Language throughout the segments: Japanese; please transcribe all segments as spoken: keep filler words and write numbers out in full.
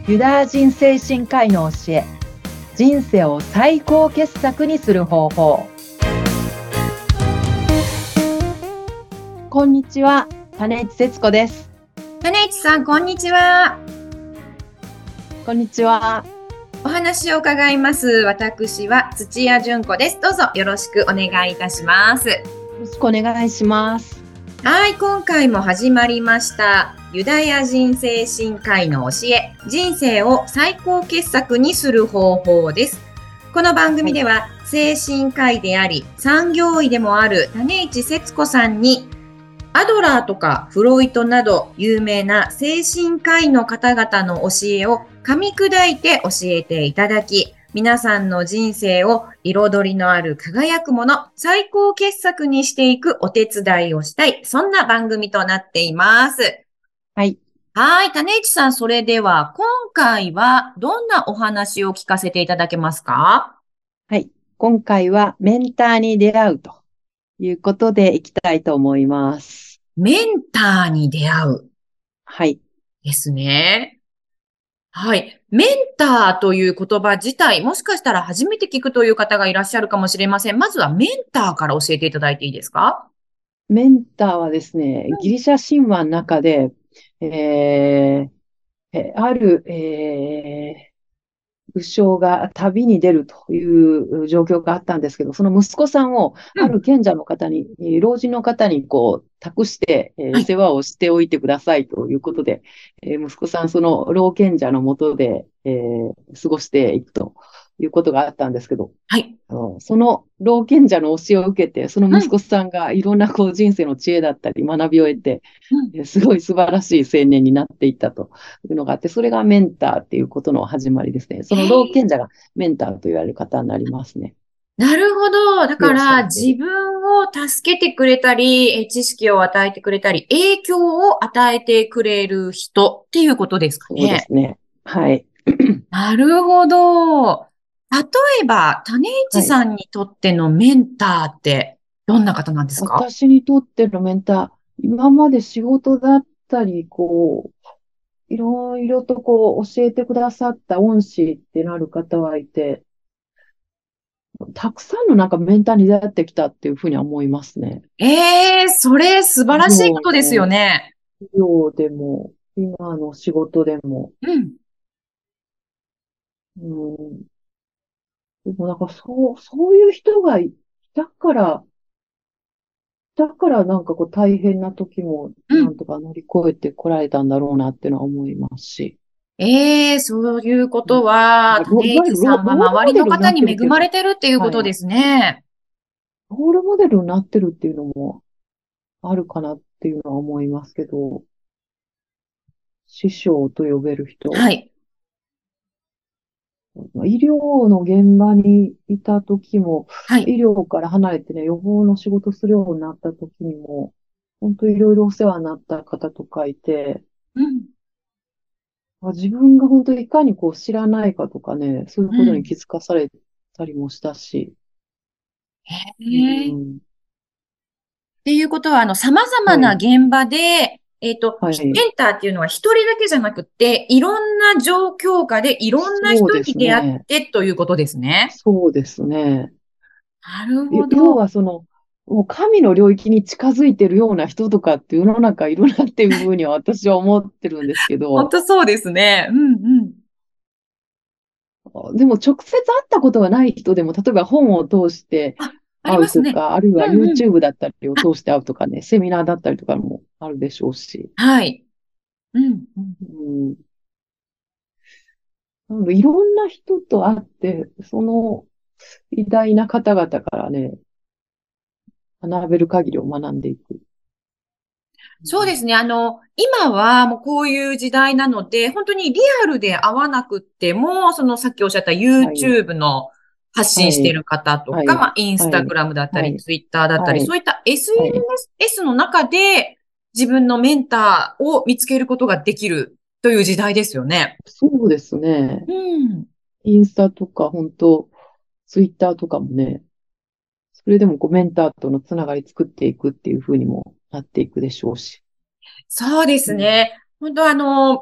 ユダヤ人精神科医の教え、人生を最高傑作にする方法。こんにちは、種市節子です。 種市さん、こんにちは。 こんにちは。 お話を伺います。私は土屋純子です。どうぞよろしくお願いいたします。よろしくお願いします。 はい、今回も始まりました。ユダヤ人精神科医の教え、人生を最高傑作にする方法です。この番組では、はい、精神科医であり、産業医でもある種市節子さんに、アドラーとかフロイトなど有名な精神科医の方々の教えを噛み砕いて教えていただき、皆さんの人生を彩りのある輝くもの、最高傑作にしていくお手伝いをしたい、そんな番組となっています。 はい。 はい、種市さん、それでは今回はどんなお話を聞かせていただけますか？ はい、今回はメンターに出会うということでいきたいと思います。 メンターに出会う。 はい。 ですね。はい。メンターという言葉自体、もしかしたら初めて聞くという方がいらっしゃるかもしれません。まずはメンターから教えていただいていいですか？ メンターはですね、ギリシャ神話の中で、えー、ある、えー武将が旅に出るという状況があったんですけど、その息子さんをある賢者の方に、うん、老人の方にこう託して、えーはい、世話をしておいてくださいということで、えー、息子さんその老賢者のもとで、えー、過ごしていくということがあったんですけど、 はい、 その老賢者の教えを受けて、その息子さんがいろんなこう人生の知恵だったり学びを得て、うん、すごい素晴らしい青年になっていったというのがあって、それがメンターっていうことの始まりですね。その老賢者がメンターと言われる方になりますね。 なるほど。だから自分を助けてくれたり、知識を与えてくれたり、影響を与えてくれる人っていうことですかね。 そうですね。はい。 なるほど。例えば、種市さんにとってのメンターってどんな方なんですか？ はい、私にとってのメンター、今まで仕事だったり、こう、いろいろとこう教えてくださった恩師ってなる方はいて、たくさんのなんかメンターに出会ってきたっていうふうには思いますね。 ええー、それ素晴らしいことですよね。 企業でも、今の仕事でも。 うん。 うん。でもなんかそう、そういう人がいたから、だからなんかこう大変な時もなんとか乗り越えてこられたんだろうなっていうのは思いますし。 ええー、そういうことは、種市さんは周りの方に恵まれてるっていうことですね。 ロールモデルになってるっていうのもあるかなっていうのは思いますけど、師匠と呼べる人。 はい。 医療の現場にいた時も、 はい。 医療から離れてね、予防の仕事するようになった時にも、本当いろいろお世話になった方とかいて、 うん、 自分が本当にいかにこう知らないかとかね、そういうことに気づかされたりもしたし。 へえ。 うん、 っていうことは、あの、様々な現場で、えっと、 はい、 メンターっていうのは一人だけじゃなくて、いろんな状況下でいろんな人に出会ってということですね。 そうですね。 なるほ要ど。 はその、もう神の領域に近づいてるような人とかって世の中いるなっていうふうには私は思ってるんですけど、 本当そうですね。うんうん。 でも直接会ったことがない人でも、例えば本を通してあ、あり会うますね。 とか、あるいはうんうん。 YouTube だったりをあ、 通して会うとかね、セミナーだったりとかもあるでしょうし。 はい。うんうん。 うん、なのでいろんな人と会って、その偉大な方々からね、学べる限りを学んでいく。 そうですね。あの、今はもうこういう時代なので、本当にリアルで会わなくっても、そのさっきおっしゃったはい、 YouTube の発信していはい、 る方とか、 はい、 まあ、インスはい、 タグラムだったり、 はい、 ツイッターだったり、 はい、 そういったはい。 エスエヌエス の中で自分のメンターを見つけることができるという時代ですよね。 そうですね。 うん。 インスタとか、本当ツイッターとかもね、それでもこうメンターとのつながり作っていくっていう風にもなっていくでしょうし。 そうですうん、 ね。本当あの、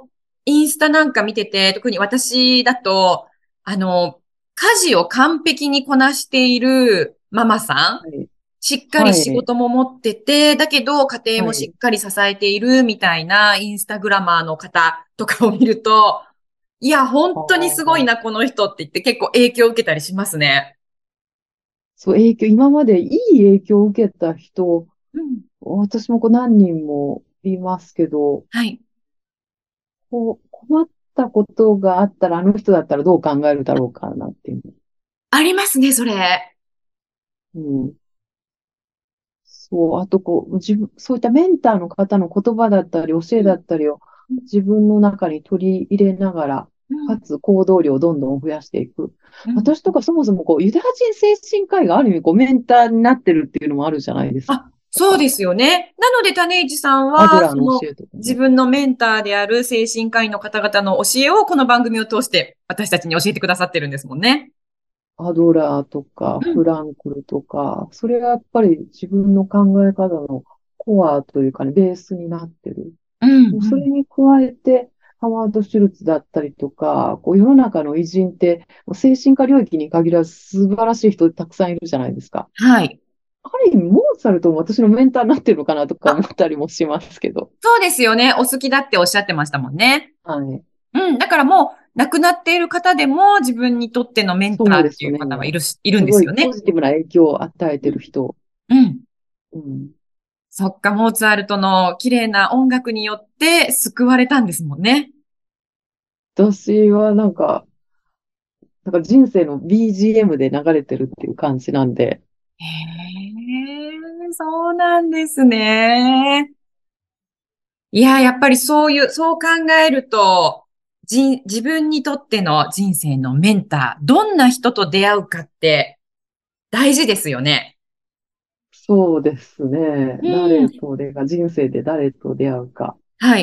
インスタなんか見てて、特に私だと、あの、家事を完璧にこなしているママさん、 はい。 しっかり仕はい。 事も持ってて、だけど家庭もしはい。 っかり支えているみたいなインスタグラマーの方とかを見ると、いや、 あ本当にすごいあ。 な、この人って言って結構影響を受けたりしますね。 そう、影響、今までいい影響を受けた人、 うん。 私もこう何人もいますけど、 はい。 こう困ったことがあったら、あの人だったらどう考えるだろうかなっていう。 ありますね、それ。 うん。そう、あとこう、自分、そういったメンターの方の言葉だったり、教えだうん。 ったりをうん。 自分の中に取り入れながら、 うん。 かつ行動量をどんどん増やしていく。 うん。 私とかそもそもこう、ユダヤ人精神科医がある意味こう、メンターになってるっていうのもあるじゃないですあ、そうか。 ですよね。なので、種市さんは、 アドラーのその、 教えとかね。 自分のメンターである精神科医の方々の教えをこの番組を通して私たちに教えてくださってるんですもんね。 アドラーとか、 うん。 フランクルとか、それがやっぱり自分の考え方のコアというかね、ベースになってる。 うん。うん。 それに加えて、ハワード・シュルツだったりとか、こう世の中の偉人って、精神科領域に限らず素晴らしい人たくさんいるじゃないですか。 はい。 ある意味、モーツァルトも私のメンターになってるのかなとか思あ、 ったりもしますけど。 そうですよね。お好きだっておっしゃってましたもんね。 はい。 うん。だからもう、亡くなっている方でも自分にとってのメンターっていうそうですね。 方はいるし、いるんすごいですよね。 ポジティブな影響を与えうん。 てる人。 うん。 うん。 そっか、モーツァルトの綺麗な音楽によって救われたんですもんね。 私はなんか、なんか人生の ビージーエム で流れてるっていう感じなんで、 へえ、そうなんですね。いや、やっぱりそういう、そう考えると、じ、自分にとっての人生のメンター、どんな人と出会うかって大事ですよね。 そうですね。 うん。 誰とでが、人生で誰と出会うか。 はい。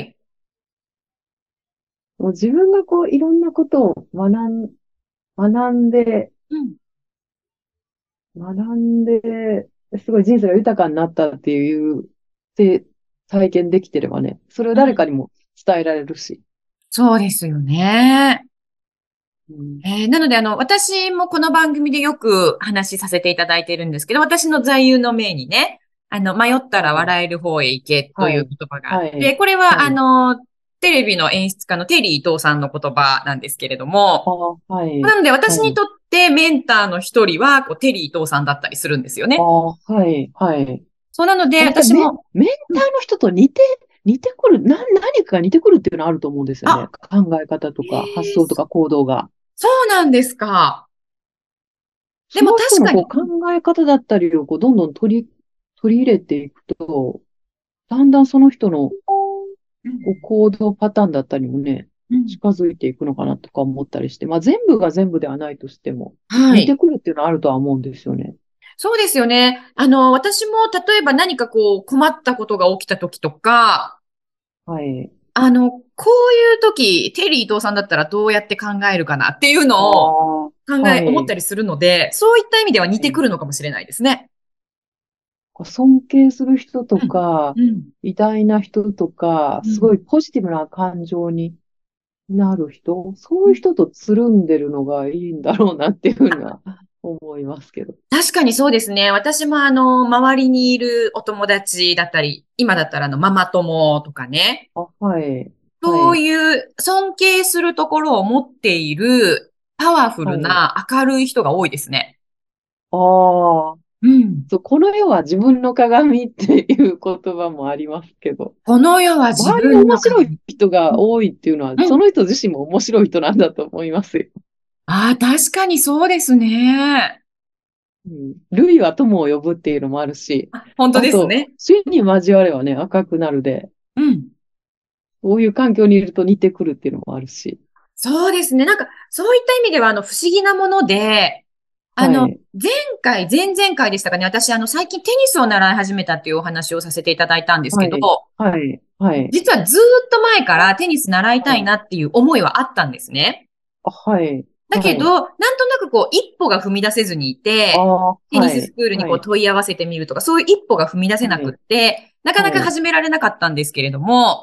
もう自分がこう、いろんなことを学ん、学んで、 うん。 学んで、すごい人生が豊かになったっていう、で、体験できてればね、それをうん。 誰かにも伝えられるし。 そうですよね。 うん。 えーなので、あの、私もこの番組でよく話しさせていただいているんですけど、私の座右の銘にね、あの、迷ったらはい。 笑える方へ行けというはい。 言葉があって、 はい。 これは、あはい。 の、テレビの演出家のテリー伊藤さんの言葉なんですけれども、 ああ、はい。 なので私はい。 にとってメンターの一人は、こう、テリー伊藤さんだったりするんですよね。 ああ、はい。はい。 そうなので、 やっぱりメン、 私も、 メンうん、 ターの人と似て、似てくる、な、何かが似てくるっていうのはあると思うんですよね。 あ、 考え方とか発えー、 想とか行動が。 そうなんですか。でその人も確かに、 のこう考え方だったりをこうどんどん取り、取り入れていくと、だんだんその人のうん、 こう行動パターンだったりもね、 うん、 近づいていくのかなとか思ったりして、まあ全部が全部ではないとしても、似てはい。 くるっていうのはあるとは思うんですよね。 そうですよね。あの、私も例えば何かこう困ったことが起きた時とか、 はい。 あの、こういう時、テリー伊藤さんだったらどうやって考えるかなっていうあのをあ、 考え、思っはい。 たりするので、そういった意味では似てくはい。 るのかもしれないですね。 こう尊敬する人とうん。 か、 うん。 偉大な人とか、 うん。 すごいポジティブな感情になる人、そうん。 ういう人とつるんでるのがいいんだろうなっていうふうには思いますけど。 確かにそうですね。私もあの、周りにいるお友達だったり、今だったらあの、ママ友とかね、 あ、はい。はそうい。 いう尊敬するところを持っているパワフルはい。 な明るい人が多いですね。 ああ、 うん。 そう、この世は自分の鏡っていう言葉もありますけど、 この世は自周りに分面白いの鏡。 人うん。 が多いっていうのは、 うん。 その人自身も面白い人なんだと思いますよ。 ああ、確かにそうですね。 うん。類は友を呼ぶっていうのもあるし、 あ、本当あと、 ですね。 死に交わればね、赤くなるで、 うん。 こういう環境にいると似てくるっていうのもあるし。 そうですね。なんか、そういった意味では、あの、不思議なもので、あの、 はい。 前回、前々回でしたかね。私、あの、最近テニスを習い始めたっていうお話をさせていただいたんですけど、 はい。はい。はい。 実はずーっと前からテニス習いたいはい。 なっていう思いはあったんですね。 あ、はい。はい。 だけど、なんとなくこう、一歩が踏み出せずにいて、 ああ、 テニはい。 ススクールにはい。 こう問い合わせてみるとか、そういう一歩が踏み出せなくっはい。 て、なかなかはい。 始められなかったんですけれども、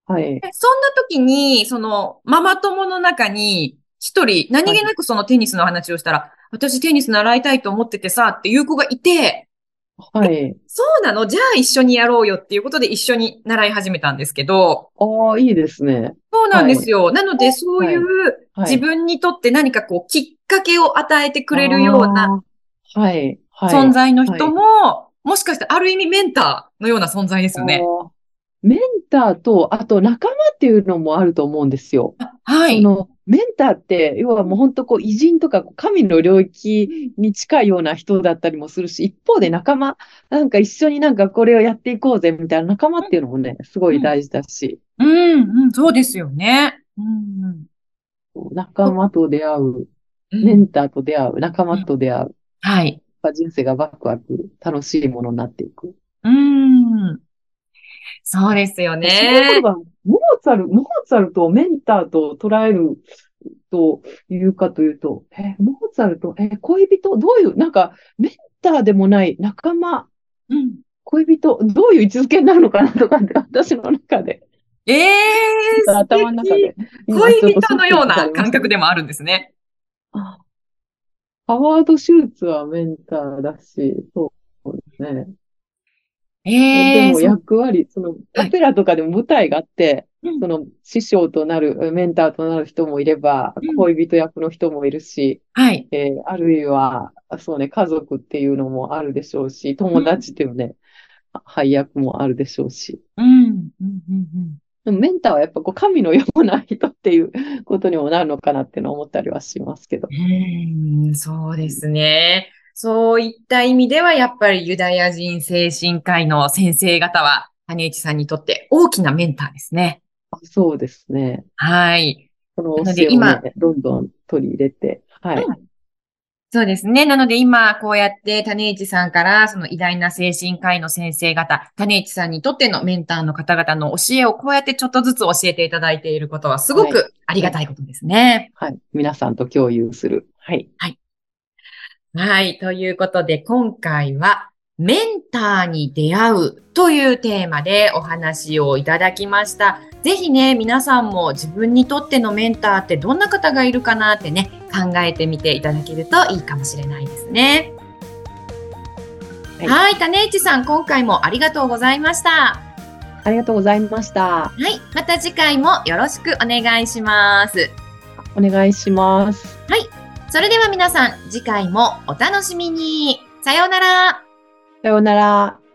はい。 でそんな時に、その、ママ友の中に、一人、何はい。 気なくそのテニスの話をしたら、私テニス習いたいと思っててさ、っていう子がいて、 はい。 そうなのじゃあ一緒にやろうよっていうことで一緒に習い始めたんですけど、 ああ、いいですね。 そうなんはい。 ですよ。なので、そういうはい。はい。 自分にとって何かこう、きっかけを与えてくあれるようなあ、はい。はい。 存在の人はい。 も、もしかしてある意味メンターのような存在ですよね。 ああ、メンターと、あと仲間っていうのもあると思うんですよ。 あはい。 その、メンターって、要はもう本当こう、偉人とかこう神の領域に近いような人だったりもするし、一方で仲間、なんか一緒になんかこれをやっていこうぜみたいな仲間っていうのもね、すごうん、 い大事だし、 うん、うん、そうですよね。うん、うん。 仲間と出会う、 うん、 メンターと出会う、仲間うん。 と出会う、 はい。 人生がワクワク、楽しいものになっていく。 うん、そうですよそういうことね。 が、モーツァル、モーツァルトをメンターと捉えるというかというと、え、モーツァルト、え、恋人、どういう、なんか、メンターでもない仲間、 うん。 恋人、どういう位置づけになるのかなとかって、私の中で、 ええー、素頭の中敵。 で、今ちょっと恋人のようシンクさな感れましたね。 覚でもあるんですね。 あ、ハワード・シュルツはメンターだし、そうですね。でええー、 もそう。 役割、その、 はい。 オペラとかでも舞台があって、 うん、 その、師匠となる、メンターとなる人もいれば、 うん。 恋人役の人もいるし、 はい。 えーあるいは、そうね、家族っていうのもあるでしょうし、友うん、 達っていうね、配役もあるでしょうし。 うん、うん、うん。うん。 でもメンターはやっぱこう神のような人っていうことにもなるのかなっていうのは思ったりはしますけど。 うーん、そうですね。そういった意味では、やっぱりユダヤ人精神科医の先生方は、羽内さんにとって大きなメンターですね。 あ、そうですね。 はい。 このなの教えをね、 で今、 どんどん取り入れて、はい。 うん、そうですね。なので今、こうやって種市さんから、その偉大な精神科医の先生方、種市さんにとってのメンターの方々の教えをこうやってちょっとずつ教えていただいていることは、すごはい。 くありがはい。 たいことですね。 はい。皆さんと共有する。はい。 はい。はい。ということで、今回は、メンターに出会うというテーマでお話をいただきました。ぜひね、皆さんも自分にとってのメンターってどんな方がいるかなってね、考えてみていただけるといいかもしれないですね。 はい。 はい。種市さん、今回もありがとうございました。はありがとうございました。 い。また次回もよろしくお願いします。 お願いします。 はい。それでは皆さん、次回もお楽しみに。さようなら。 さようなら。